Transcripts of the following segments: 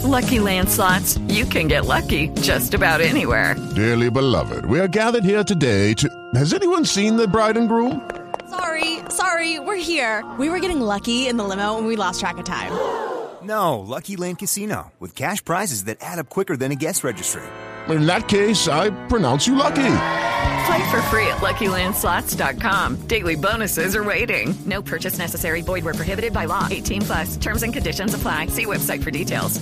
Lucky Land Slots, you can get lucky just about anywhere. Dearly beloved, we are gathered here today to... Has anyone seen the bride and groom? Sorry, we're here. We were getting lucky in the limo and we lost track of time. No, Lucky Land Casino, with cash prizes that add up quicker than a guest registry. In that case, I pronounce you lucky. Play for free at LuckyLandSlots.com. Daily bonuses are waiting. No purchase necessary. Void where prohibited by law. 18+. Terms and conditions apply. See website for details.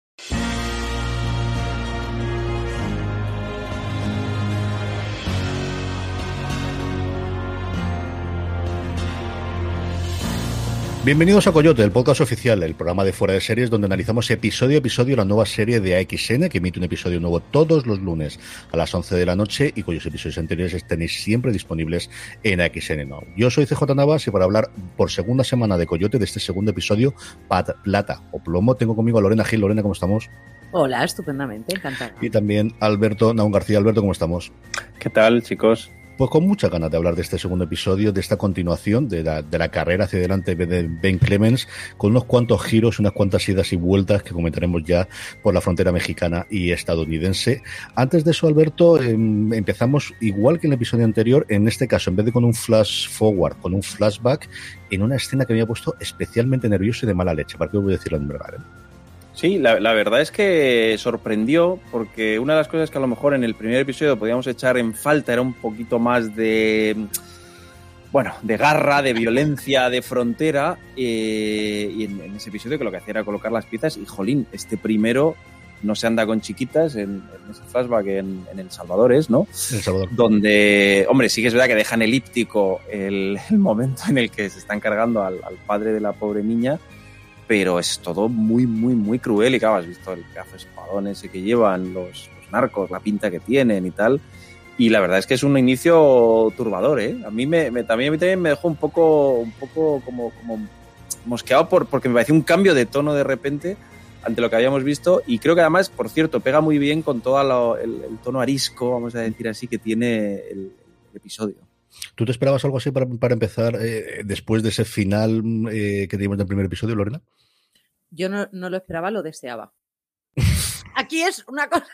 Bienvenidos a Coyote, el podcast oficial, el programa de Fuera de Series, donde analizamos episodio a episodio la nueva serie de AXN, que emite un episodio nuevo todos los lunes a las 11 de la noche y cuyos episodios anteriores tenéis siempre disponibles en AXN Now. Yo soy CJ Navas y para hablar por segunda semana de Coyote, de este segundo episodio, Plata o Plomo, tengo conmigo a Lorena Gil. Lorena, ¿cómo estamos? Hola, estupendamente, encantada. Y también Alberto Naun García. Alberto, ¿cómo estamos? ¿Qué tal, chicos? Pues con muchas ganas de hablar de este segundo episodio, de esta continuación de la carrera hacia adelante de Ben Clemens, con unos cuantos giros, unas cuantas idas y vueltas que comentaremos ya por la frontera mexicana y estadounidense. Antes de eso, Alberto, empezamos igual que en el episodio anterior, en este caso, en vez de con un flash forward, con un flashback, en una escena que me había puesto especialmente nervioso y de mala leche. ¿Para qué os voy a decir la verdad? Sí, la verdad es que sorprendió, porque una de las cosas que a lo mejor en el primer episodio podíamos echar en falta era un poquito más de garra, de violencia, de frontera, y en ese episodio que lo que hacía era colocar las piezas, y jolín, este primero no se anda con chiquitas en ese flashback en El Salvador, ¿no? El Salvador. Donde, hombre, sí que es verdad que dejan elíptico el momento en el que se están cargando al padre de la pobre niña, pero es todo muy, muy, muy cruel. Y claro, has visto el pedazo de espadón ese que llevan los narcos, la pinta que tienen y tal. Y la verdad es que es un inicio turbador, ¿eh? A mí también me dejó un poco como mosqueado porque me pareció un cambio de tono de repente ante lo que habíamos visto. Y creo que además, por cierto, pega muy bien con todo el tono arisco, vamos a decir así, que tiene el episodio. ¿Tú te esperabas algo así para empezar después de ese final que teníamos del primer episodio, Lorena? Yo no lo esperaba, lo deseaba. Aquí es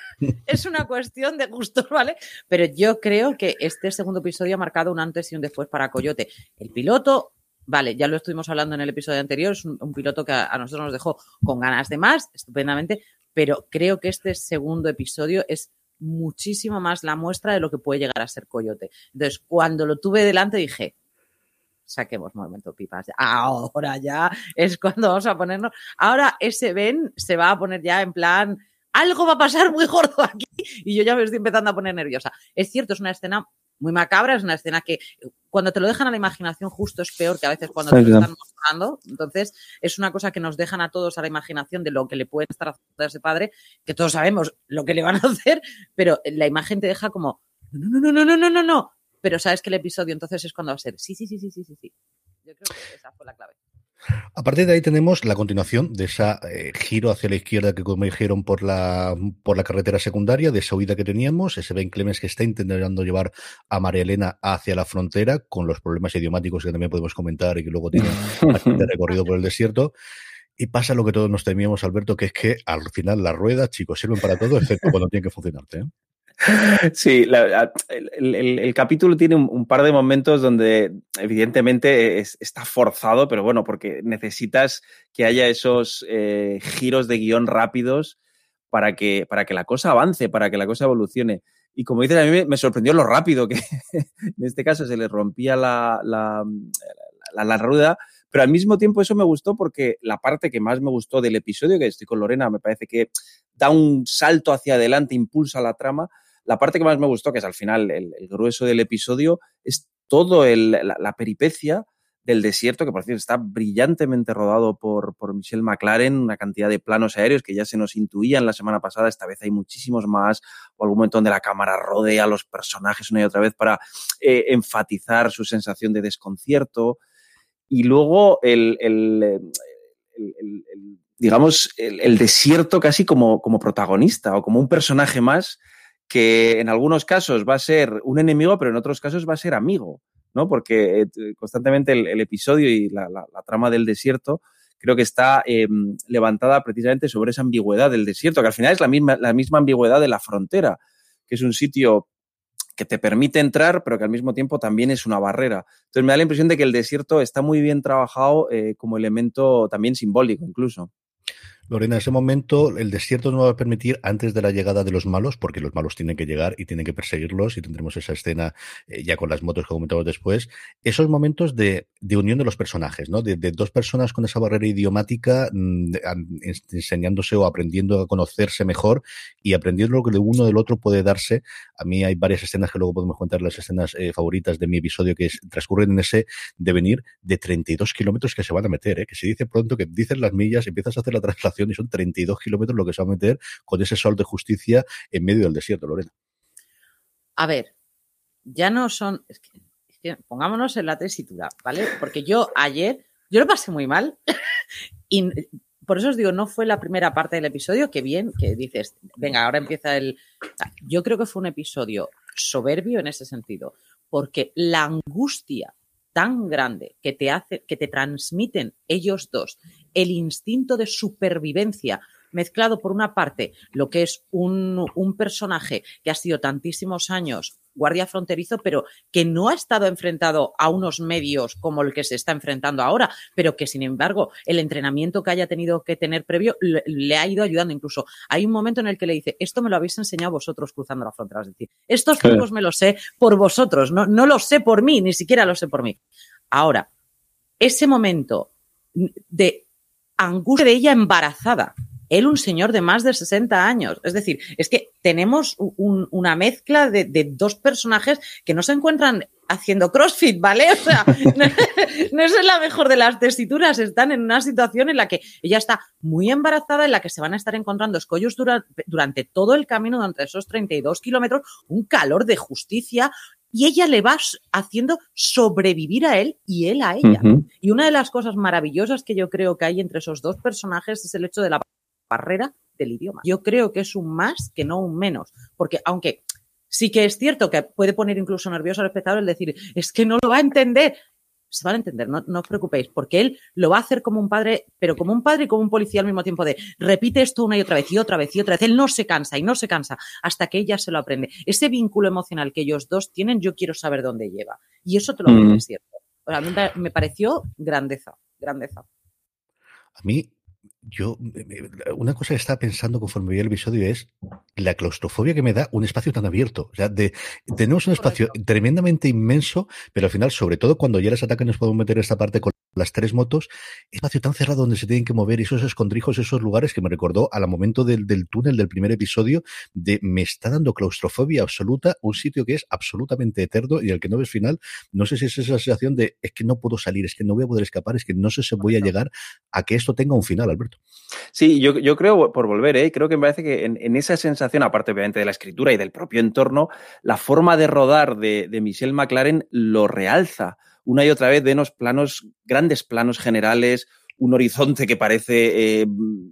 una cuestión de gustos, ¿vale? Pero yo creo que este segundo episodio ha marcado un antes y un después para Coyote. El piloto, vale, ya lo estuvimos hablando en el episodio anterior, es un piloto que a nosotros nos dejó con ganas de más, estupendamente, pero creo que este segundo episodio es muchísimo más la muestra de lo que puede llegar a ser Coyote. Entonces, cuando lo tuve delante dije, saquemos momento pipas. Ahora ya es cuando vamos a ponernos. Ahora ese Ben se va a poner ya en plan, algo va a pasar muy gordo aquí y yo ya me estoy empezando a poner nerviosa. Es cierto, es una escena muy macabra, es una escena que cuando te lo dejan a la imaginación justo es peor que a veces cuando te lo están mostrando. Entonces es una cosa que nos dejan a todos a la imaginación de lo que le pueden estar haciendo a ese padre, que todos sabemos lo que le van a hacer, pero la imagen te deja como no. Pero sabes que el episodio entonces es cuando va a ser sí. Yo creo que esa fue la clave. A partir de ahí tenemos la continuación de ese giro hacia la izquierda que como dijeron por la carretera secundaria, de esa huida que teníamos, ese Ben Clemens que está intentando llevar a María Elena hacia la frontera, con los problemas idiomáticos que también podemos comentar y que luego tiene bastante recorrido por el desierto. Y pasa lo que todos nos temíamos, Alberto, que es que al final las ruedas, chicos, sirven para todo, excepto cuando tienen que funcionarte, ¿eh? Sí, el capítulo tiene un par de momentos donde evidentemente está forzado, pero bueno, porque necesitas que haya esos giros de guión rápidos para que la cosa avance, para que la cosa evolucione. Y como dices, a mí me sorprendió lo rápido que en este caso se le rompía la rueda, pero al mismo tiempo eso me gustó porque la parte que más me gustó del episodio, que estoy con Lorena, me parece que da un salto hacia adelante, impulsa la trama. La parte que más me gustó, que es al final el grueso del episodio, es todo la peripecia del desierto, que por cierto está brillantemente rodado por Michelle MacLaren, una cantidad de planos aéreos que ya se nos intuían la semana pasada, esta vez hay muchísimos más, o algún momento donde la cámara rodea a los personajes una y otra vez para enfatizar su sensación de desconcierto. Y luego digamos, el desierto casi como protagonista o como un personaje más que en algunos casos va a ser un enemigo, pero en otros casos va a ser amigo, ¿no? Porque constantemente el episodio y la trama del desierto creo que está levantada precisamente sobre esa ambigüedad del desierto, que al final es la misma ambigüedad de la frontera, que es un sitio que te permite entrar, pero que al mismo tiempo también es una barrera. Entonces me da la impresión de que el desierto está muy bien trabajado como elemento también simbólico incluso. Lorena, en ese momento el desierto nos va a permitir antes de la llegada de los malos, porque los malos tienen que llegar y tienen que perseguirlos y tendremos esa escena ya con las motos que comentamos después, esos momentos de unión de los personajes, ¿no? De dos personas con esa barrera idiomática enseñándose o aprendiendo a conocerse mejor y aprendiendo lo que uno del otro puede darse. A mí hay varias escenas que luego podemos contar, las escenas favoritas de mi episodio, que transcurren en ese devenir de 32 kilómetros que se van a meter, que se dice pronto, que dices las millas, empiezas a hacer la traslación y son 32 kilómetros lo que se va a meter con ese sol de justicia en medio del desierto, Lorena. A ver, ya no son... Es que pongámonos en la tesitura, ¿vale? Porque yo lo pasé muy mal y por eso os digo, no fue la primera parte del episodio, que bien, que dices, venga, ahora empieza el... Yo creo que fue un episodio soberbio en ese sentido, porque la angustia tan grande que te transmiten ellos dos, el instinto de supervivencia mezclado por una parte lo que es un personaje que ha sido tantísimos años guardia fronterizo, pero que no ha estado enfrentado a unos medios como el que se está enfrentando ahora, pero que sin embargo el entrenamiento que haya tenido que tener previo le ha ido ayudando. Incluso hay un momento en el que le dice, esto me lo habéis enseñado vosotros cruzando la frontera, es decir, estos trucos me los sé por vosotros, no los sé por mí, ni siquiera los sé por mí. Ahora, ese momento de angustia de ella embarazada, él un señor de más de 60 años. Es decir, es que tenemos una mezcla de dos personajes que no se encuentran haciendo CrossFit, ¿vale? O sea, no es la mejor de las tesituras. Están en una situación en la que ella está muy embarazada, en la que se van a estar encontrando escollos durante todo el camino, durante esos 32 kilómetros, un calor de justicia, y ella le va haciendo sobrevivir a él y él a ella. Uh-huh. Y una de las cosas maravillosas que yo creo que hay entre esos dos personajes es el hecho de la barrera del idioma. Yo creo que es un más que no un menos, porque aunque sí que es cierto que puede poner incluso nervioso al espectador el decir, es que no lo va a entender, se van a entender, no os preocupéis, porque él lo va a hacer como un padre, pero como un padre y como un policía al mismo tiempo, de repite esto una y otra vez y otra vez y otra vez. Él no se cansa y no se cansa hasta que ella se lo aprende. Ese vínculo emocional que ellos dos tienen, yo quiero saber dónde lleva, y eso te lo digo, es cierto. O sea, a mí me pareció grandeza. A mí, una cosa que estaba pensando conforme veía el episodio es la claustrofobia que me da un espacio tan abierto. O sea, tenemos un espacio tremendamente inmenso, pero al final, sobre todo cuando ya les atacan, nos podemos meter en esta parte con las tres motos, espacio tan cerrado donde se tienen que mover, esos escondrijos, esos lugares que me recordó al momento del túnel del primer episodio, me está dando claustrofobia absoluta, un sitio que es absolutamente eterno y al que no ves final. No sé si es esa sensación de es que no puedo salir, es que no voy a poder escapar, es que no sé si voy a llegar a que esto tenga un final, Alberto. Sí, yo creo, por volver, creo que me parece que en esa sensación, aparte obviamente de la escritura y del propio entorno, la forma de rodar de Michelle MacLaren lo realza. Una y otra vez vemos grandes planos generales, un horizonte que parece,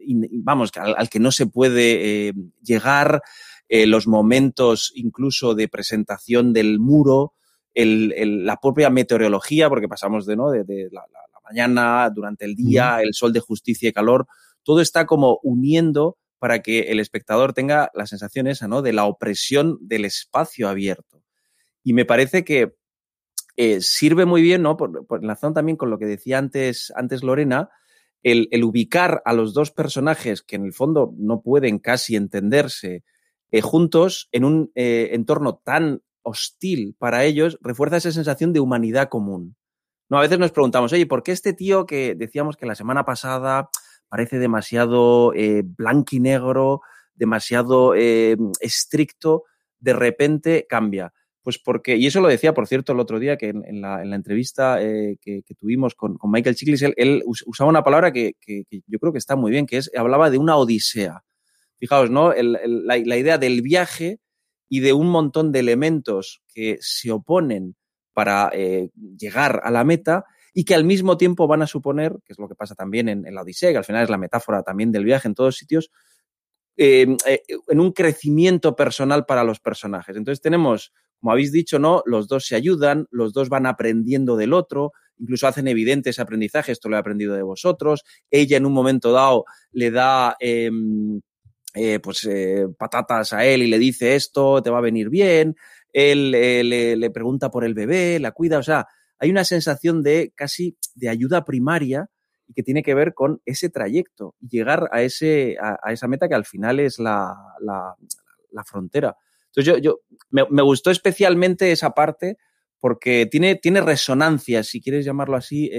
al que no se puede llegar, los momentos incluso de presentación del muro, la propia meteorología, porque pasamos de la mañana, durante el día, el sol de justicia y calor, todo está como uniendo para que el espectador tenga la sensación esa, ¿no?, de la opresión del espacio abierto. Y me parece que sirve muy bien, ¿no?, por enlazando también con lo que decía antes Lorena, el ubicar a los dos personajes que en el fondo no pueden casi entenderse juntos en un entorno tan hostil para ellos, refuerza esa sensación de humanidad común. No, a veces nos preguntamos, oye, ¿por qué este tío que decíamos que la semana pasada parece demasiado blanco y negro, demasiado estricto, de repente cambia? Pues porque, y eso lo decía, por cierto, el otro día, que en la entrevista que tuvimos con Michael Chiklis, él usaba una palabra que yo creo que está muy bien, que hablaba de una odisea. Fijaos, ¿no? La idea del viaje y de un montón de elementos que se oponen para llegar a la meta y que al mismo tiempo van a suponer, que es lo que pasa también en la Odisea, que al final es la metáfora también del viaje en todos sitios, en un crecimiento personal para los personajes. Entonces tenemos, como habéis dicho, ¿no?, los dos se ayudan, los dos van aprendiendo del otro, incluso hacen evidente ese aprendizaje, esto lo he aprendido de vosotros. Ella en un momento dado le da patatas a él y le dice esto te va a venir bien. Él le pregunta por el bebé, la cuida, o sea, hay una sensación de casi de ayuda primaria y que tiene que ver con ese trayecto, llegar a esa meta que al final es la frontera. Entonces me gustó especialmente esa parte porque tiene resonancias, si quieres llamarlo así,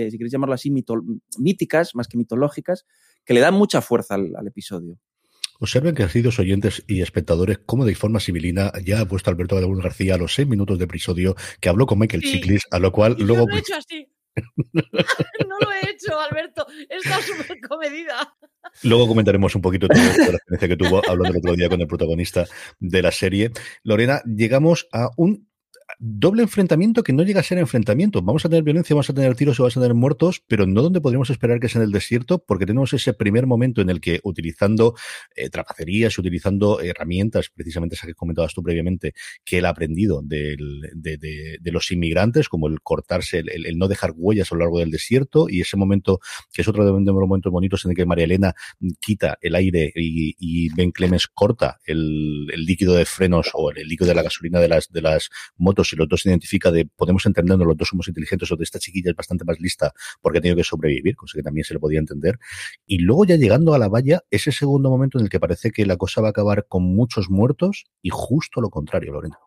míticas, más que mitológicas, que le dan mucha fuerza al episodio. Observen, queridos oyentes y espectadores, cómo de forma sibilina ya ha puesto Alberto Gallegos García a los 6 minutos de episodio que habló con Michael Chiklis, a lo cual luego... Yo lo he hecho así. No lo he hecho, Alberto. Está súper comedida. Luego comentaremos un poquito todo esto de la experiencia que tuvo hablando el otro día con el protagonista de la serie. Lorena, llegamos a un doble enfrentamiento que no llega a ser enfrentamiento. Vamos a tener violencia, vamos a tener tiros y vamos a tener muertos, pero no donde podríamos esperar que es en el desierto, porque tenemos ese primer momento en el que, utilizando trapacerías y utilizando herramientas, precisamente esas que comentabas tú previamente, que él ha aprendido de los inmigrantes, como el cortarse, el no dejar huellas a lo largo del desierto, y ese momento, que es otro de los momentos bonitos en el que María Elena quita el aire y Ben Clemens corta el líquido de frenos o el líquido de la gasolina de las motos, y los dos se identifica podemos entendernos, los dos somos inteligentes, o de esta chiquilla es bastante más lista porque ha tenido que sobrevivir, cosa que también se le podía entender. Y luego ya llegando a la valla, ese segundo momento en el que parece que la cosa va a acabar con muchos muertos y justo lo contrario, Lorena.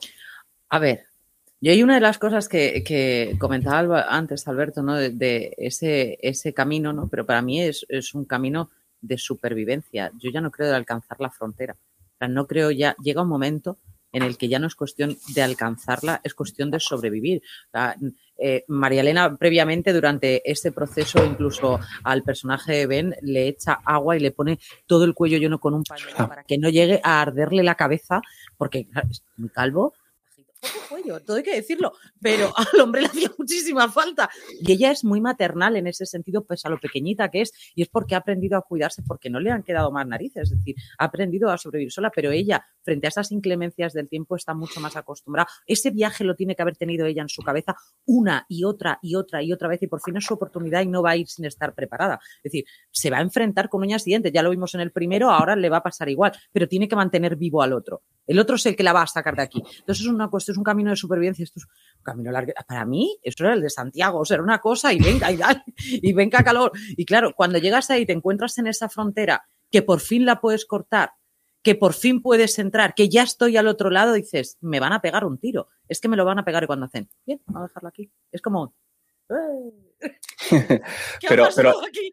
A ver, yo hay una de las cosas que comentaba antes, Alberto, ¿no? De ese camino, ¿no? Pero para mí es un camino de supervivencia. Yo ya no creo de alcanzar la frontera. O sea, no creo ya, llega un momento en el que ya no es cuestión de alcanzarla, es cuestión de sobrevivir. O sea, María Elena, previamente, durante este proceso, incluso al personaje de Ben, le echa agua y le pone todo el cuello lleno con un pañuelo para que no llegue a arderle la cabeza, porque claro, es muy calvo. Poco cuello, todo hay que decirlo, pero al hombre le hacía muchísima falta. Y ella es muy maternal en ese sentido, pues a lo pequeñita que es, y es porque ha aprendido a cuidarse, porque no le han quedado más narices, es decir, ha aprendido a sobrevivir sola, pero ella, frente a esas inclemencias del tiempo, está mucho más acostumbrada. Ese viaje lo tiene que haber tenido ella en su cabeza una y otra vez, y por fin es su oportunidad y no va a ir sin estar preparada. Es decir, se va a enfrentar con uñas y dientes, ya lo vimos en el primero, ahora le va a pasar igual, pero tiene que mantener vivo al otro. El otro es el que la va a sacar de aquí. Entonces es una cuestión, es un camino de supervivencia, esto es un camino largo. Para mí, eso era el de Santiago, o sea, era una cosa y venga, y dale, y venga calor. Y claro, cuando llegas ahí, te encuentras en esa frontera que por fin la puedes cortar, que por fin puedes entrar, que ya estoy al otro lado, dices, me van a pegar un tiro. Es que me lo van a pegar, y cuando hacen, bien, vamos a dejarlo aquí. Es como, ¿qué ha pasado aquí?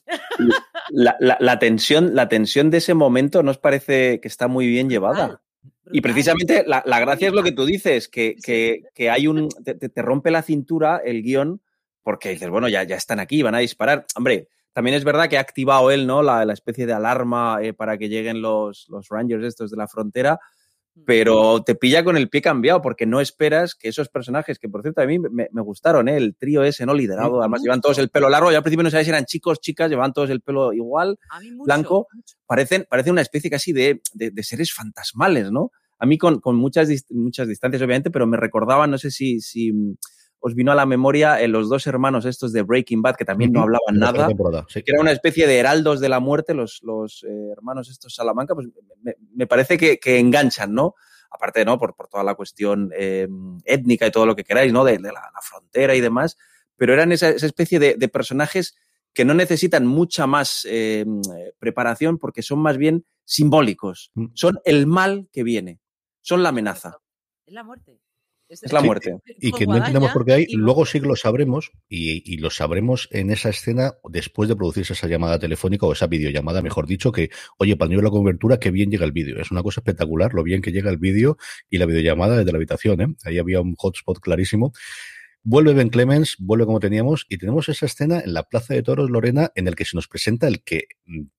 La tensión de ese momento ¿nos parece que está muy bien llevada? Brutal. Y precisamente la gracia es lo que tú dices, que hay te rompe la cintura el guión, porque dices, bueno, ya están aquí, van a disparar. Hombre, también es verdad que ha activado él, ¿no? La especie de alarma para que lleguen los Rangers estos de la frontera, pero te pilla con el pie cambiado, porque no esperas que esos personajes, que por cierto a mí me gustaron, el trío ese, ¿no? Liderado, además llevan todos el pelo largo, yo al principio no sabía si eran chicos, chicas, llevaban todos el pelo igual, blanco, parecen una especie casi de seres fantasmales, ¿no? A mí con muchas distancias, obviamente, pero me recordaban, no sé si os vino a la memoria los dos hermanos estos de Breaking Bad, que también no hablaban nada, sí. Que era una especie de heraldos de la muerte, los hermanos estos Salamanca, pues me parece que enganchan, ¿no? Aparte, ¿no? Por toda la cuestión étnica y todo lo que queráis, ¿no? De la frontera y demás, pero eran esa especie de personajes que no necesitan mucha más preparación porque son más bien simbólicos. Son el mal que viene, son la amenaza. Es la muerte. Es la muerte. Y que no entendemos por qué hay, luego sí que lo sabremos, y lo sabremos en esa escena después de producirse esa llamada telefónica o esa videollamada, mejor dicho, que, oye, para la cobertura, qué bien llega el vídeo. Es una cosa espectacular lo bien que llega el vídeo y la videollamada desde la habitación, ¿eh? Ahí había un hotspot clarísimo. Vuelve Ben Clemens, vuelve como teníamos, y tenemos esa escena en la Plaza de Toros, Lorena, en el que se nos presenta el que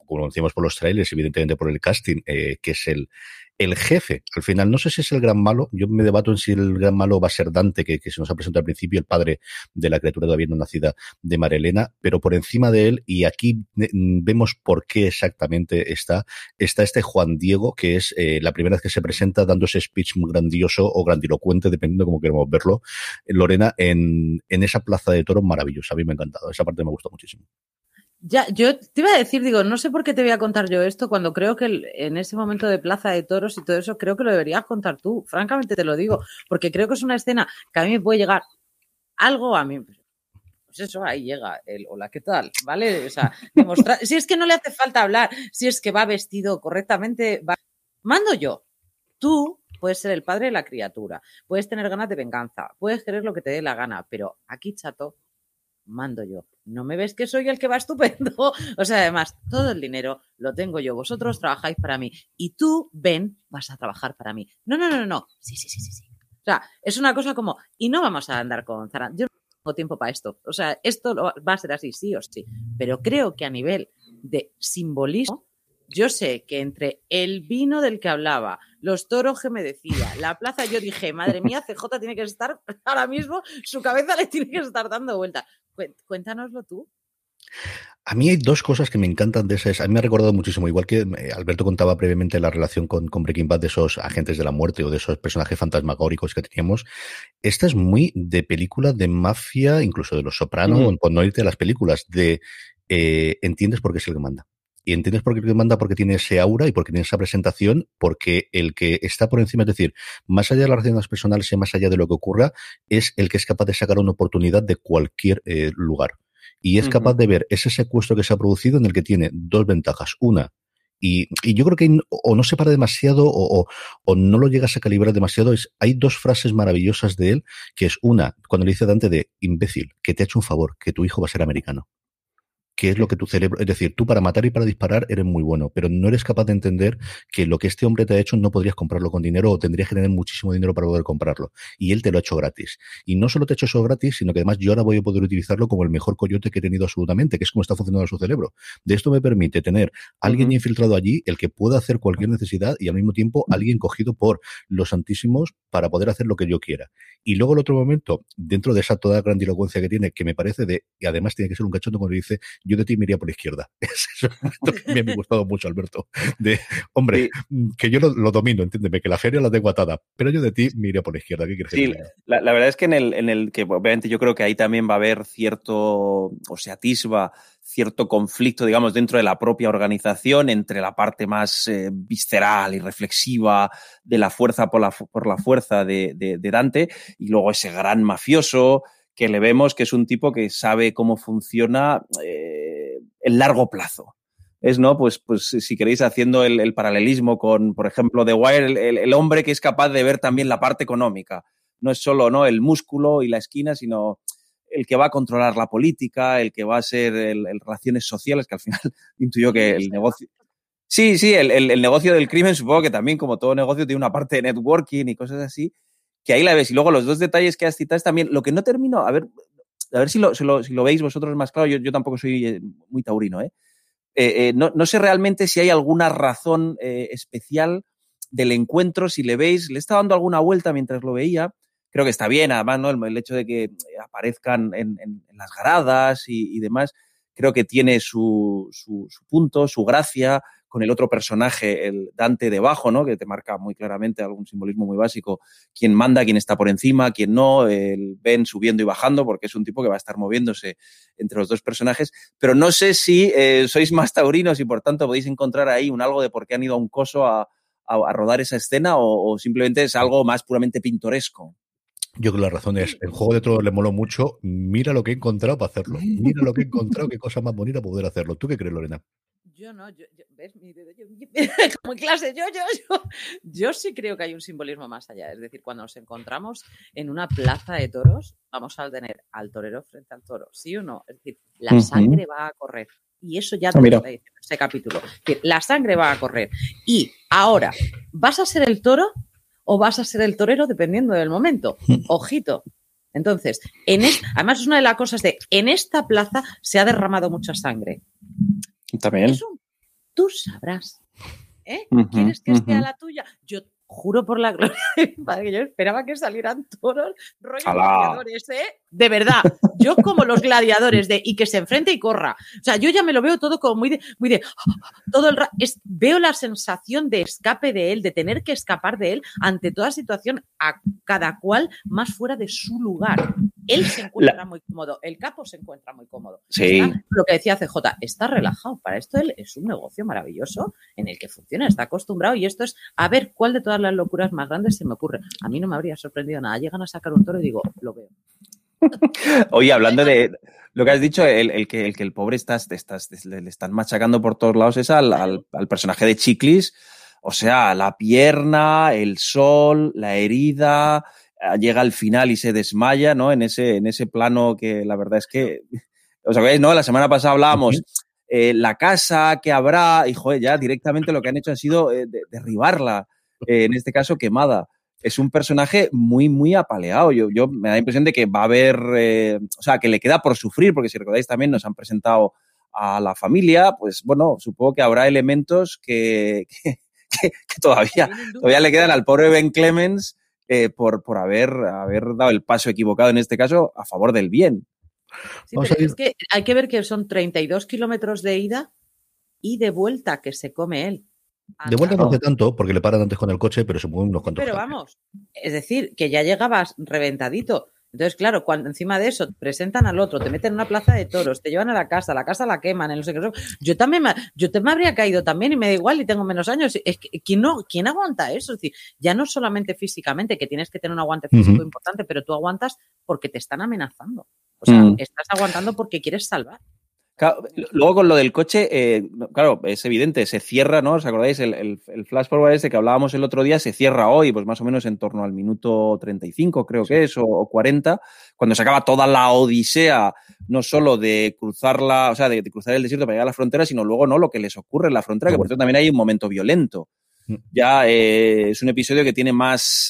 como decíamos por los trailers, evidentemente por el casting, que es el jefe. Al final, no sé si es el gran malo. Yo me debato en si el gran malo va a ser Dante, que se nos ha presentado al principio, el padre de la criatura todavía no nacida de María Elena, pero por encima de él, y aquí vemos por qué exactamente está este Juan Diego, que es la primera vez que se presenta dando ese speech muy grandioso o grandilocuente, dependiendo de cómo queremos verlo, Lorena, en esa plaza de toros maravillosa. A mí me ha encantado. Esa parte me gusta muchísimo. Ya, yo te iba a decir, digo, no sé por qué te voy a contar yo esto cuando creo que en ese momento de Plaza de Toros y todo eso, creo que lo deberías contar tú. Francamente te lo digo, porque creo que es una escena que a mí me puede llegar algo a mí. Pues eso, ahí llega el hola, ¿qué tal? ¿Vale? O sea, demostrar, si es que no le hace falta hablar, si es que va vestido correctamente, mando yo. Tú puedes ser el padre de la criatura, puedes tener ganas de venganza, puedes querer lo que te dé la gana, pero aquí, chato, mando yo. ¿No me ves que soy el que va estupendo? O sea, además, todo el dinero lo tengo yo. Vosotros trabajáis para mí. Y tú, Ben, vas a trabajar para mí. No. Sí. O sea, es una cosa como, y no vamos a andar con Zara. Yo no tengo tiempo para esto. O sea, esto va a ser así, sí o sí. Pero creo que a nivel de simbolismo, yo sé que entre el vino del que hablaba, los toros que me decía, la plaza, yo dije, madre mía, CJ tiene que estar ahora mismo, su cabeza le tiene que estar dando vueltas. Cuéntanoslo tú. A mí hay dos cosas que me encantan de esas. A mí me ha recordado muchísimo, igual que Alberto contaba previamente la relación con Breaking Bad de esos agentes de la muerte o de esos personajes fantasmagóricos que teníamos. Esta es muy de película de mafia, incluso de Los Sopranos, por no irte a las películas, de entiendes por qué es el que manda. Y entiendes por qué el que manda, porque tiene ese aura y porque tiene esa presentación, porque el que está por encima, es decir, más allá de las relaciones personales y más allá de lo que ocurra, es el que es capaz de sacar una oportunidad de cualquier lugar. Y es capaz de ver ese secuestro que se ha producido en el que tiene dos ventajas. Una, y yo creo que o no se para demasiado o no lo llegas a calibrar demasiado. Hay dos frases maravillosas de él, que es una, cuando le dice Dante de imbécil, que te ha hecho un favor, que tu hijo va a ser americano. Que es lo que tu cerebro, es decir, tú para matar y para disparar eres muy bueno, pero no eres capaz de entender que lo que este hombre te ha hecho no podrías comprarlo con dinero o tendrías que tener muchísimo dinero para poder comprarlo. Y él te lo ha hecho gratis. Y no solo te ha hecho eso gratis, sino que además yo ahora voy a poder utilizarlo como el mejor coyote que he tenido absolutamente, que es como está funcionando su cerebro. De esto me permite tener alguien infiltrado allí, el que pueda hacer cualquier necesidad y al mismo tiempo alguien cogido por los santísimos para poder hacer lo que yo quiera. Y luego el otro momento, dentro de esa toda grandilocuencia que tiene, que me parece y además tiene que ser un cachondo cuando dice, yo de ti me iría por la izquierda. Eso me ha gustado mucho, Alberto. Hombre, que yo lo domino, entiéndeme, que la feria la tengo atada, pero yo de ti me iría por la izquierda. ¿Qué quieres que diga? La verdad es que en el que obviamente yo creo que ahí también va a haber cierto, o se atisba cierto conflicto, digamos, dentro de la propia organización entre la parte más visceral y reflexiva de la fuerza por la fuerza de Dante y luego ese gran mafioso que le vemos que es un tipo que sabe cómo funciona el largo plazo. Es, ¿no? Pues si queréis, haciendo el paralelismo con, por ejemplo, The Wire, el hombre que es capaz de ver también la parte económica. No es solo, ¿no?, el músculo y la esquina, sino el que va a controlar la política, el que va a ser el relaciones sociales, que al final intuyo que el negocio... Sí, el negocio del crimen supongo que también, como todo negocio, tiene una parte de networking y cosas así, que ahí la ves. Y luego los dos detalles que has citado también, lo que no termino, a ver si lo veis vosotros más claro, yo tampoco soy muy taurino, no sé realmente si hay alguna razón especial del encuentro, si le veis, le está dando alguna vuelta mientras lo veía, creo que está bien, además, ¿no? El hecho de que aparezcan en las garadas y demás, creo que tiene su punto, su gracia, con el otro personaje, el Dante debajo, ¿no?, que te marca muy claramente algún simbolismo muy básico, quién manda, quién está por encima, quién no, el Ben subiendo y bajando, porque es un tipo que va a estar moviéndose entre los dos personajes, pero no sé si sois más taurinos y por tanto podéis encontrar ahí algo de por qué han ido a un coso a rodar esa escena o simplemente es algo más puramente pintoresco. Yo creo que la razón es, el Juego de Tronos le moló mucho, mira lo que he encontrado para hacerlo, mira lo que he encontrado, qué cosa más bonita poder hacerlo. ¿Tú qué crees, Lorena? Yo no, ¿ves? Como en clase, yo sí creo que hay un simbolismo más allá. Es decir, cuando nos encontramos en una plaza de toros, vamos a tener al torero frente al toro, ¿sí o no? Es decir, la sangre va a correr. Y eso ya te lo está diciendo ese capítulo. Es decir, la sangre va a correr. Y ahora, ¿vas a ser el toro o vas a ser el torero dependiendo del momento? Ojito. Entonces, además es una de las cosas en esta plaza se ha derramado mucha sangre. También. tú sabrás. Ujú, ¿Quieres que sea ujú. la tuya? Yo juro por la gloria de mi padre que yo esperaba que salieran toros rollo ¡Hala! gladiadores, de verdad. Yo como los gladiadores y que se enfrente y corra. O sea, yo ya me lo veo todo como muy de todo el rato. Veo la sensación de escape de él, de tener que escapar de él ante toda situación, a cada cual más fuera de su lugar. Él se encuentra muy cómodo, el capo se encuentra muy cómodo. Sí. Está, lo que decía CJ, está relajado. Para esto él es un negocio maravilloso en el que funciona, está acostumbrado, y esto es a ver cuál de todas las locuras más grandes se me ocurre. A mí no me habría sorprendido nada. Llegan a sacar un toro y digo, lo veo. Oye, hablando de lo que has dicho, el que el pobre le están machacando por todos lados es al personaje de Chiklis. O sea, la pierna, el sol, la herida, llega al final y se desmaya, ¿no? En ese plano que la verdad es que, ¿os acordáis, no? La semana pasada hablábamos la casa que habrá, y joder, ya directamente lo que han hecho ha sido derribarla, en este caso quemada. Es un personaje muy, muy apaleado. Yo me da la impresión de que va a haber, o sea, que le queda por sufrir, porque si recordáis también nos han presentado a la familia, pues bueno, supongo que habrá elementos que todavía le quedan al pobre Ben Clemens por haber dado el paso equivocado, en este caso, a favor del bien. Sí, pero es que hay que ver que son 32 kilómetros de ida y de vuelta que se come él. De vuelta no hace tanto, porque le paran antes con el coche, pero se mueven unos cuantos. Pero vamos, es decir, que ya llegabas reventadito. Entonces, claro, cuando encima de eso presentan al otro, te meten en una plaza de toros, te llevan a la casa la queman, no sé qué. Yo me habría caído también y me da igual y tengo menos años. Es que, ¿quién aguanta eso? Es decir, ya no solamente físicamente, que tienes que tener un aguante físico importante, pero tú aguantas porque te están amenazando. O sea, estás aguantando porque quieres salvar. Claro, luego con lo del coche, claro, es evidente, se cierra, ¿no? ¿Os acordáis? El flash forward este que hablábamos el otro día se cierra hoy, pues más o menos en torno al minuto 35, creo que es, o 40, cuando se acaba toda la odisea, no solo de cruzarla, o sea, de cruzar el desierto para llegar a la frontera, sino luego, ¿no? Lo que les ocurre en la frontera, que por cierto también hay un momento violento. Ya es un episodio que tiene más,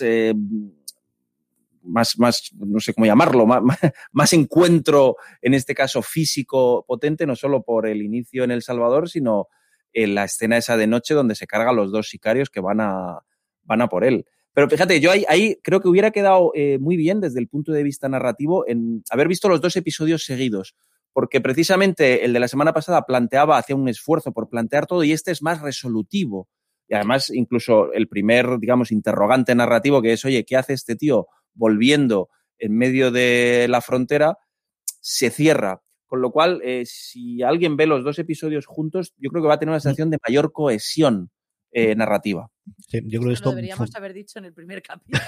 no sé cómo llamarlo, más encuentro, en este caso físico potente, no solo por el inicio en El Salvador, sino en la escena esa de noche donde se cargan los dos sicarios que van a por él. Pero fíjate, yo ahí creo que hubiera quedado muy bien desde el punto de vista narrativo en haber visto los dos episodios seguidos, porque precisamente el de la semana pasada hacía un esfuerzo por plantear todo y este es más resolutivo. Y además, incluso el primer, digamos, interrogante narrativo que es, oye, ¿qué hace este tío volviendo en medio de la frontera? Se cierra. Con lo cual, si alguien ve los dos episodios juntos, yo creo que va a tener una sensación de mayor cohesión narrativa. Sí, yo creo que esto lo deberíamos haber dicho en el primer capítulo.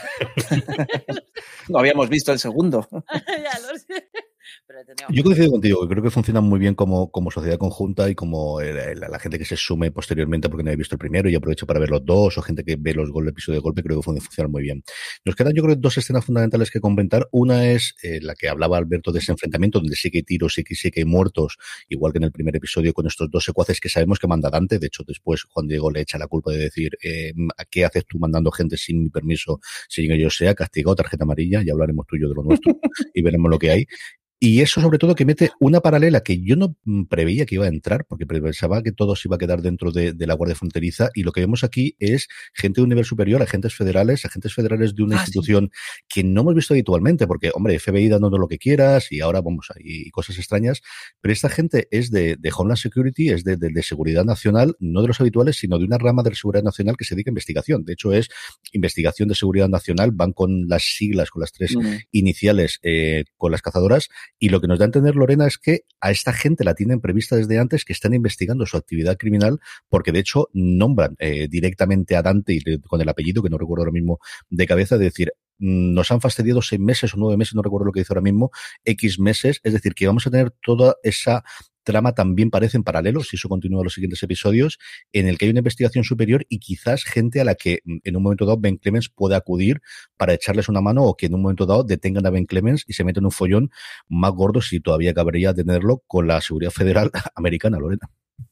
No habíamos visto el segundo. Ya lo sé. Pero yo coincido contigo, que creo que funcionan muy bien como sociedad conjunta y como la gente que se sume posteriormente porque no había visto el primero y aprovecha para ver los dos, o gente que ve los episodios de golpe, creo que funcionan muy bien. Nos quedan, yo creo, dos escenas fundamentales que comentar. Una es la que hablaba Alberto de ese enfrentamiento, donde sí que hay tiros, sí que hay muertos, igual que en el primer episodio con estos dos secuaces que sabemos que manda Dante. De hecho, después Juan Diego le echa la culpa de decir, ¿a qué haces tú mandando gente sin mi permiso, sin que yo sea castigado, tarjeta amarilla? Ya hablaremos tú y yo de lo nuestro y veremos lo que hay. Y eso, sobre todo, que mete una paralela que yo no preveía que iba a entrar, porque pensaba que todo se iba a quedar dentro de la Guardia Fronteriza, y lo que vemos aquí es gente de un nivel superior, agentes federales de una institución que no hemos visto habitualmente, porque, hombre, FBI dándonos lo que quieras, y ahora, vamos, hay cosas extrañas, pero esta gente es de Homeland Security, es de Seguridad Nacional, no de los habituales, sino de una rama de la Seguridad Nacional que se dedica a investigación. De hecho, es Investigación de Seguridad Nacional, van con las siglas, con las tres iniciales, con las cazadoras. Y lo que nos da a entender, Lorena, es que a esta gente la tienen prevista desde antes, que están investigando su actividad criminal, porque de hecho nombran directamente a Dante y con el apellido, que no recuerdo ahora mismo de cabeza, de decir, nos han fastidiado 6 meses o 9 meses, no recuerdo lo que dice ahora mismo, X meses, es decir, que vamos a tener toda esa trama también parece en paralelo, si eso continúa en los siguientes episodios, en el que hay una investigación superior y quizás gente a la que en un momento dado Ben Clemens puede acudir para echarles una mano, o que en un momento dado detengan a Ben Clemens y se meten en un follón más gordo, si todavía cabría tenerlo, con la seguridad federal americana, Lorena.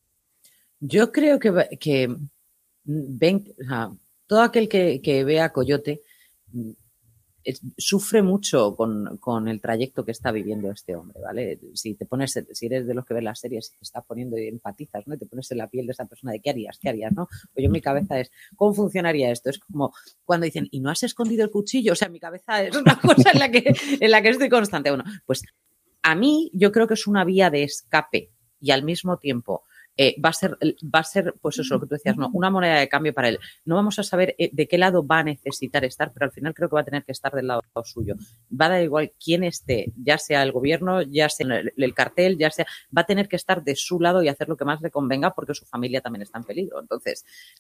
Yo creo que Ben, todo aquel que vea a Coyote sufre mucho con el trayecto que está viviendo este hombre, ¿vale? Si eres de los que ven las series, te estás poniendo y empatizas, ¿no? Te pones en la piel de esa persona de ¿qué harías, ¿no? Pues yo en mi cabeza es, ¿cómo funcionaría esto? Es como cuando dicen, ¿y no has escondido el cuchillo? O sea, en mi cabeza es una cosa en la que estoy constante. Bueno, pues a mí yo creo que es una vía de escape y al mismo tiempo va a ser, pues eso, lo que tú decías, ¿no? Una moneda de cambio para él. No vamos a saber de qué lado va a necesitar estar, pero al final creo que va a tener que estar del lado suyo. Va a dar igual quién esté, ya sea el gobierno, ya sea el cartel, ya sea, va a tener que estar de su lado y hacer lo que más le convenga porque su familia también está en peligro. Entonces,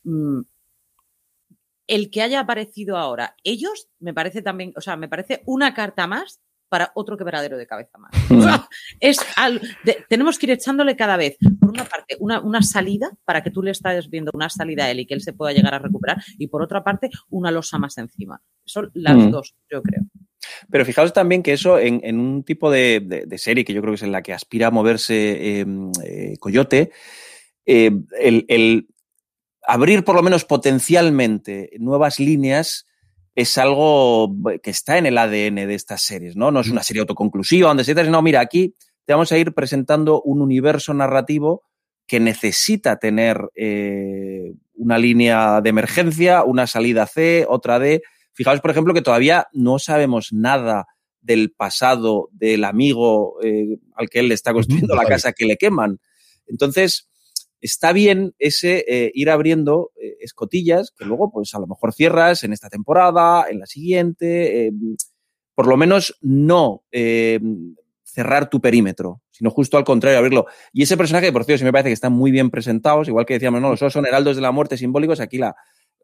el que haya aparecido ahora, ellos, me parece también, o sea, me parece una carta más para otro quebradero de cabeza más. O sea, tenemos que ir echándole cada vez, por una parte, una salida para que tú le estés viendo una salida a él y que él se pueda llegar a recuperar, y por otra parte, una losa más encima. Son las dos, yo creo. Pero fijaos también que eso en un tipo de serie que yo creo que es en la que aspira a moverse Coyote, el abrir por lo menos potencialmente nuevas líneas es algo que está en el ADN de estas series, ¿no? No es una serie autoconclusiva donde se dice, no, mira, aquí te vamos a ir presentando un universo narrativo que necesita tener una línea de emergencia, una salida C, otra D. Fijaos, por ejemplo, que todavía no sabemos nada del pasado del amigo al que él le está construyendo la casa que le queman. Entonces, está bien ese ir abriendo escotillas que luego, pues a lo mejor cierras en esta temporada, en la siguiente, por lo menos no cerrar tu perímetro, sino justo al contrario, abrirlo. Y ese personaje, por cierto, sí me parece que están muy bien presentados, igual que decíamos, no, los son heraldos de la muerte simbólicos, aquí la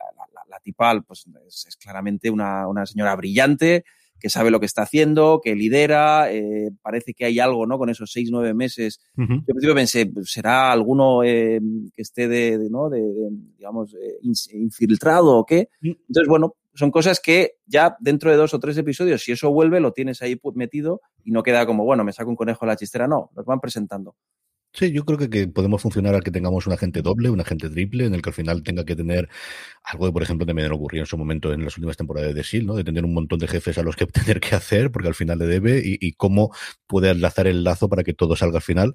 Tipal pues, es claramente una señora brillante, que sabe lo que está haciendo, que lidera, parece que hay algo, ¿no? Con esos 6-9 meses. Yo al principio pensé, pues, ¿será alguno que esté digamos, infiltrado o qué? Entonces, bueno, son cosas que ya dentro de 2 o 3 episodios, si eso vuelve, lo tienes ahí metido y no queda como, bueno, me saco un conejo de la chistera. No, los van presentando. Sí, yo creo que podemos funcionar al que tengamos un agente doble, un agente triple, en el que al final tenga que tener algo que, por ejemplo, también ocurrió en su momento en las últimas temporadas de The Shield, ¿no? De tener un montón de jefes a los que tener que hacer, porque al final le debe, y cómo puede enlazar el lazo para que todo salga al final.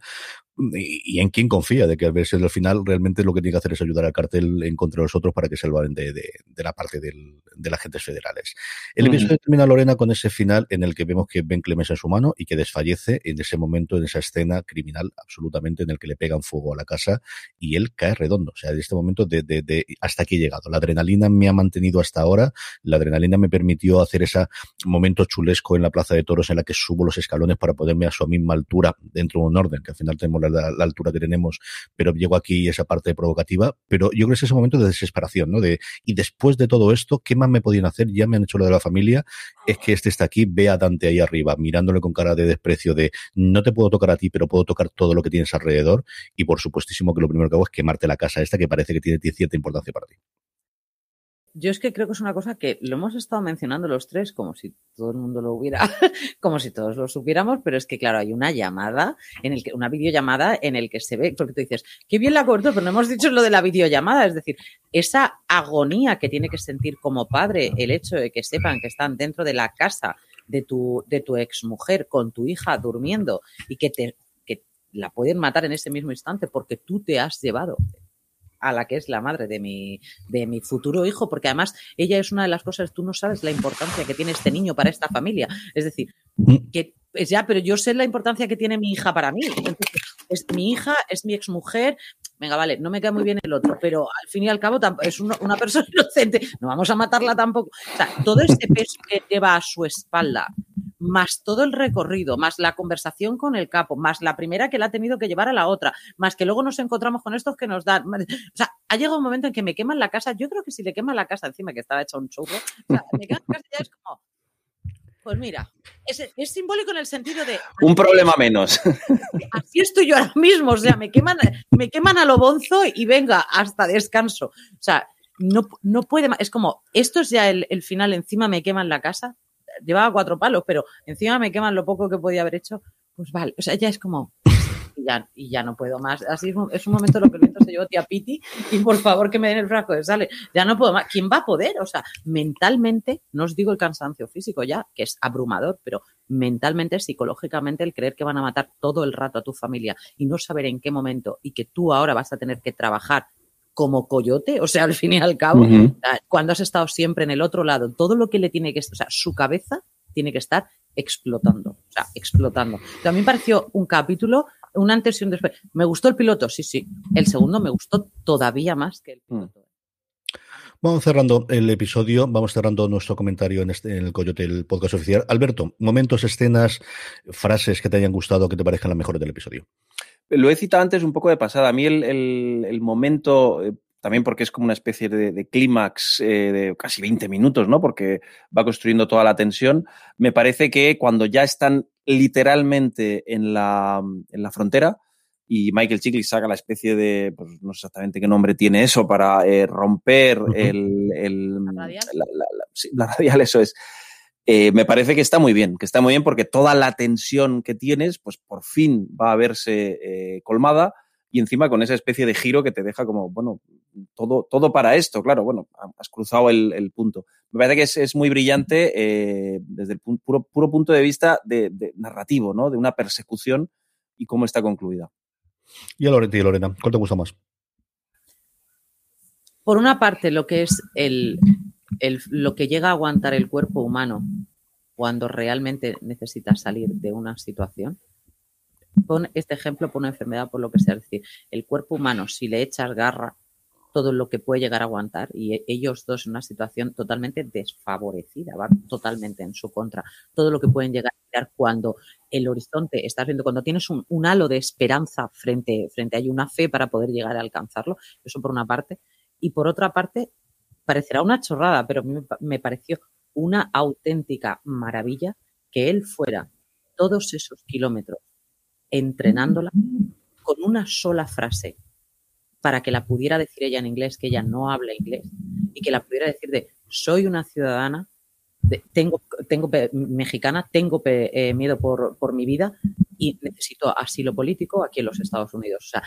Y en quién confía de que al verse al final realmente lo que tiene que hacer es ayudar al cartel en contra de los otros para que se salven de la parte de agentes federales. El episodio termina, Lorena, con ese final en el que vemos que Ben Clemens es humano y que desfallece en ese momento, en esa escena criminal absolutamente, en el que le pegan fuego a la casa y él cae redondo. O sea, en este momento de hasta aquí he llegado. La adrenalina me ha mantenido hasta ahora, la adrenalina me permitió hacer ese momento chulesco en la Plaza de Toros en la que subo los escalones para ponerme a su misma altura dentro de un orden, que al final tenemos la altura que tenemos, pero llego aquí esa parte provocativa, pero yo creo que es ese momento de desesperación, ¿no? Y después de todo esto, ¿qué más me podían hacer? Ya me han hecho lo de la familia, es que este está aquí, ve a Dante ahí arriba, mirándole con cara de desprecio de no te puedo tocar a ti, pero puedo tocar todo lo que tienes alrededor, y por supuestísimo que lo primero que hago es quemarte la casa esta que parece que tiene cierta importancia para ti. Yo es que creo que es una cosa que lo hemos estado mencionando los tres como si todo el mundo lo hubiera, como si todos lo supiéramos, pero es que claro, hay una una videollamada en el que se ve, porque tú dices, qué bien la cobertura, pero no hemos dicho lo de la videollamada, es decir, esa agonía que tiene que sentir como padre el hecho de que sepan que están dentro de la casa de tu exmujer con tu hija durmiendo y que la pueden matar en ese mismo instante porque tú te has llevado a la que es la madre de mi futuro hijo, porque además ella es una de las cosas, tú no sabes la importancia que tiene este niño para esta familia, es decir, que pues ya, pero yo sé la importancia que tiene mi hija para mí, entonces, es mi hija, es mi exmujer, venga, vale, no me queda muy bien el otro, pero al fin y al cabo es una persona inocente, no vamos a matarla tampoco, o sea, todo ese peso que lleva a su espalda, más todo el recorrido, más la conversación con el capo, más la primera que la ha tenido que llevar a la otra, más que luego nos encontramos con estos que nos dan. O sea, ha llegado un momento en que me queman la casa. Yo creo que si le queman la casa encima, que estaba hecha un churro, o sea, me queman la casa y ya es como, pues mira, es simbólico en el sentido de... Un problema menos. Así estoy yo ahora mismo, o sea, me queman a lo bonzo y venga, hasta descanso. O sea, no puede más. Es como, esto es ya el final, encima me queman la casa. Llevaba 4 palos, pero encima me queman lo poco que podía haber hecho, pues vale, o sea, ya es como, ya no puedo más. Así es un momento en lo que el viento se llevó tía Piti y por favor que me den el frasco de sal. Ya no puedo más. ¿Quién va a poder? O sea, mentalmente, no os digo el cansancio físico ya, que es abrumador, pero mentalmente, psicológicamente, el creer que van a matar todo el rato a tu familia y no saber en qué momento y que tú ahora vas a tener que trabajar como coyote, o sea, al fin y al cabo, cuando has estado siempre en el otro lado, todo lo que le tiene que... O sea, su cabeza tiene que estar explotando, o sea, explotando. A mí me pareció un capítulo, un antes y un después. ¿Me gustó el piloto? Sí. El segundo me gustó todavía más que el piloto. Vamos cerrando el episodio, vamos cerrando nuestro comentario en el Coyote, el podcast oficial. Alberto, momentos, escenas, frases que te hayan gustado, que te parezcan las mejores del episodio. Lo he citado antes un poco de pasada. A mí el momento, también porque es como una especie de clímax de casi 20 minutos, ¿no? Porque va construyendo toda la tensión. Me parece que cuando ya están literalmente en la frontera y Michael Chiklis saca la especie de, pues no sé exactamente qué nombre tiene eso, para romper la radial, eso es. Me parece que está muy bien porque toda la tensión que tienes, pues por fin va a verse colmada y encima con esa especie de giro que te deja como, bueno, todo para esto, claro, bueno, has cruzado el punto. Me parece que es muy brillante desde el puro punto de vista de narrativo, ¿no? De una persecución y cómo está concluida. Y a Lorena, ¿cuál te gusta más? Por una parte, lo que es lo que llega a aguantar el cuerpo humano cuando realmente necesita salir de una situación. Pon este ejemplo por una enfermedad, por lo que sea. Es decir, el cuerpo humano, si le echas garra, todo lo que puede llegar a aguantar, y ellos dos en una situación totalmente desfavorecida, va totalmente en su contra. Todo lo que pueden llegar a mirar cuando el horizonte, estás viendo, cuando tienes un halo de esperanza frente hay una fe para poder llegar a alcanzarlo. Eso por una parte. Y por otra parte, parecerá una chorrada, pero a mí me pareció una auténtica maravilla que él fuera todos esos kilómetros entrenándola con una sola frase para que la pudiera decir ella en inglés, que ella no habla inglés, y que la pudiera decir de soy una ciudadana, tengo mexicana, tengo miedo por mi vida y necesito asilo político aquí en los Estados Unidos. O sea,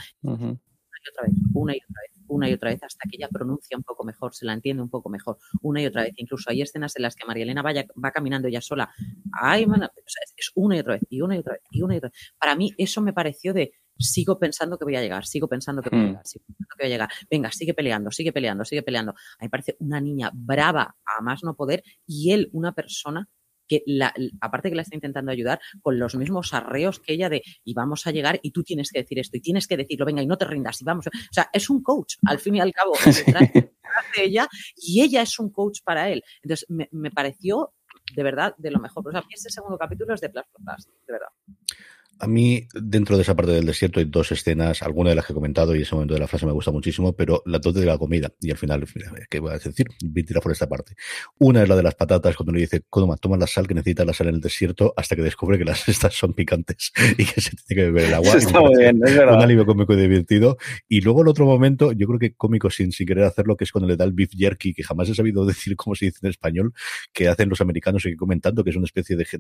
una y otra vez, hasta que ella pronuncia un poco mejor, se la entiende un poco mejor, una y otra vez. Incluso hay escenas en las que María Elena va caminando ella sola. Ay, o sea, es una y otra vez, y una y otra vez, y una y otra vez. Para mí eso me pareció de sigo pensando que voy a llegar, sigo pensando que voy a llegar, sigo pensando que voy a llegar. Venga, sigue peleando. A mí me parece una niña brava a más no poder y él una persona que aparte que la está intentando ayudar con los mismos arreos que ella de y vamos a llegar y tú tienes que decir esto y tienes que decirlo, venga, y no te rindas y vamos. O sea, es un coach, al fin y al cabo, detrás de ella y ella es un coach para él. Entonces, me pareció de verdad de lo mejor. O sea, a mí este segundo capítulo es de plus, de verdad. A mí, dentro de esa parte del desierto, hay dos escenas, alguna de las que he comentado y ese momento de la frase me gusta muchísimo, pero las dos de la comida. Y al final, ¿qué voy a decir? Voy a tirar por esta parte. Una es la de las patatas, cuando le dice, toma la sal, que necesitas la sal en el desierto, hasta que descubre que estas son picantes y que se tiene que beber el agua. Eso está muy bien, es verdad. Un alivio cómico y divertido. Y luego el otro momento, yo creo que cómico sin querer hacerlo, que es cuando le da el beef jerky, que jamás he sabido decir cómo se dice en español, que hacen los americanos y que comentando, que es una especie de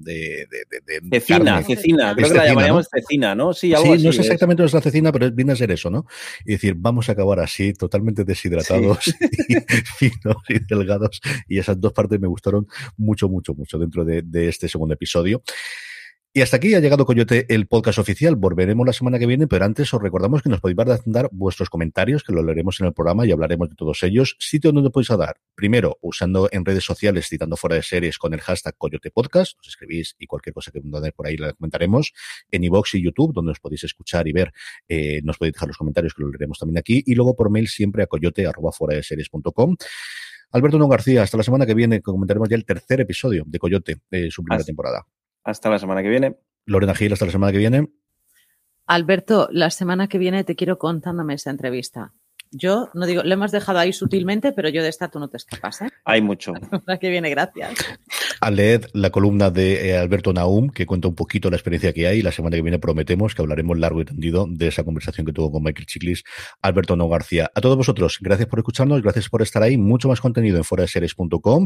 cecina, creo que la llamaríamos cecina, ¿no? Sí, algo así. No es exactamente nuestra cecina, pero viene a ser eso, ¿no? Y decir, vamos a acabar así, totalmente deshidratados, y finos y delgados. Y esas dos partes me gustaron mucho dentro de este segundo episodio. Y hasta aquí ha llegado Coyote, el podcast oficial. Volveremos la semana que viene, pero antes os recordamos que nos podéis dar vuestros comentarios, que lo leeremos en el programa y hablaremos de todos ellos. Sitio donde podéis dar. Primero, usando en redes sociales, citando Fuera de Series con el hashtag Coyote Podcast. Nos escribís y cualquier cosa que nos dé por ahí la comentaremos. En iVoox y YouTube, donde os podéis escuchar y ver, nos podéis dejar los comentarios, que lo leeremos también aquí. Y luego por mail siempre a coyote@fueradeseries.com. Alberto Novo García, hasta la semana que viene, comentaremos ya el tercer episodio de Coyote, de su primera temporada. Hasta la semana que viene. Lorena Gil, hasta la semana que viene. Alberto, la semana que viene te quiero contándome esa entrevista. Yo no digo, lo hemos dejado ahí sutilmente, pero yo de esta tú no te escapas, ¿eh? Hay mucho. La semana que viene, gracias. A leer la columna de Alberto Naum, que cuenta un poquito la experiencia que hay. La semana que viene prometemos que hablaremos largo y tendido de esa conversación que tuvo con Michael Chiklis, Alberto Novo García. A todos vosotros, gracias por escucharnos, gracias por estar ahí. Mucho más contenido en fueradeseries.com.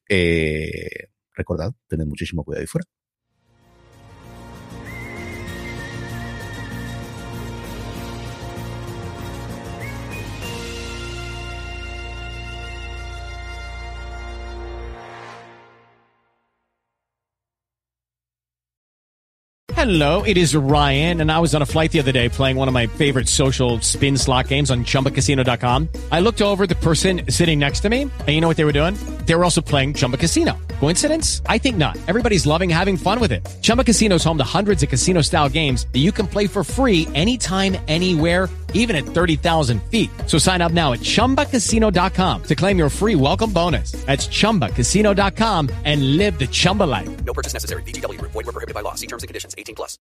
Recordad, tened muchísimo cuidado ahí fuera. Hello, it is Ryan, and I was on a flight the other day playing one of my favorite social spin slot games on ChumbaCasino.com. I looked over at the person sitting next to me, and you know what they were doing? They were also playing Chumba Casino. Coincidence? I think not. Everybody's loving having fun with it. Chumba Casino is home to hundreds of casino-style games that you can play for free anytime, anywhere, even at 30,000 feet. So sign up now at ChumbaCasino.com to claim your free welcome bonus. That's ChumbaCasino.com and live the Chumba life. No purchase necessary. VGW. Void where prohibited by law. See terms and conditions. 18+.